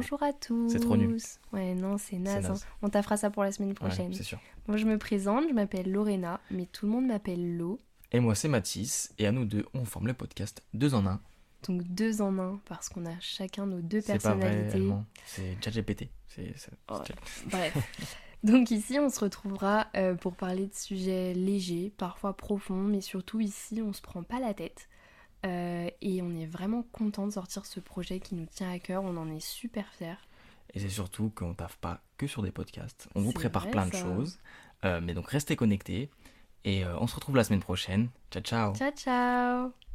Bonjour à tous. C'est trop nul. Ouais, non, c'est naze. C'est naze. Hein. On taffera ça pour la semaine prochaine. Ouais, c'est sûr. Moi, je me présente, je m'appelle Lorena, mais tout le monde m'appelle Lo. Et moi, c'est Mathis, et à nous deux, on forme le podcast 2 en 1. Donc 2 en 1, parce qu'on a chacun nos 2 C'est pas vrai, personnalités. allemand. C'est ChatGPT. Oh, bref. Donc ici, on se retrouvera pour parler de sujets légers, parfois profonds, mais surtout ici, on se prend pas la tête. Et on est vraiment content de sortir ce projet qui nous tient à cœur, on en est super fiers. Et c'est surtout qu'on taffe pas que sur des podcasts. On vous C'est prépare vrai, plein de ça. choses. Mais donc restez connectés. Et on se retrouve la semaine prochaine. Ciao, ciao. Ciao, ciao.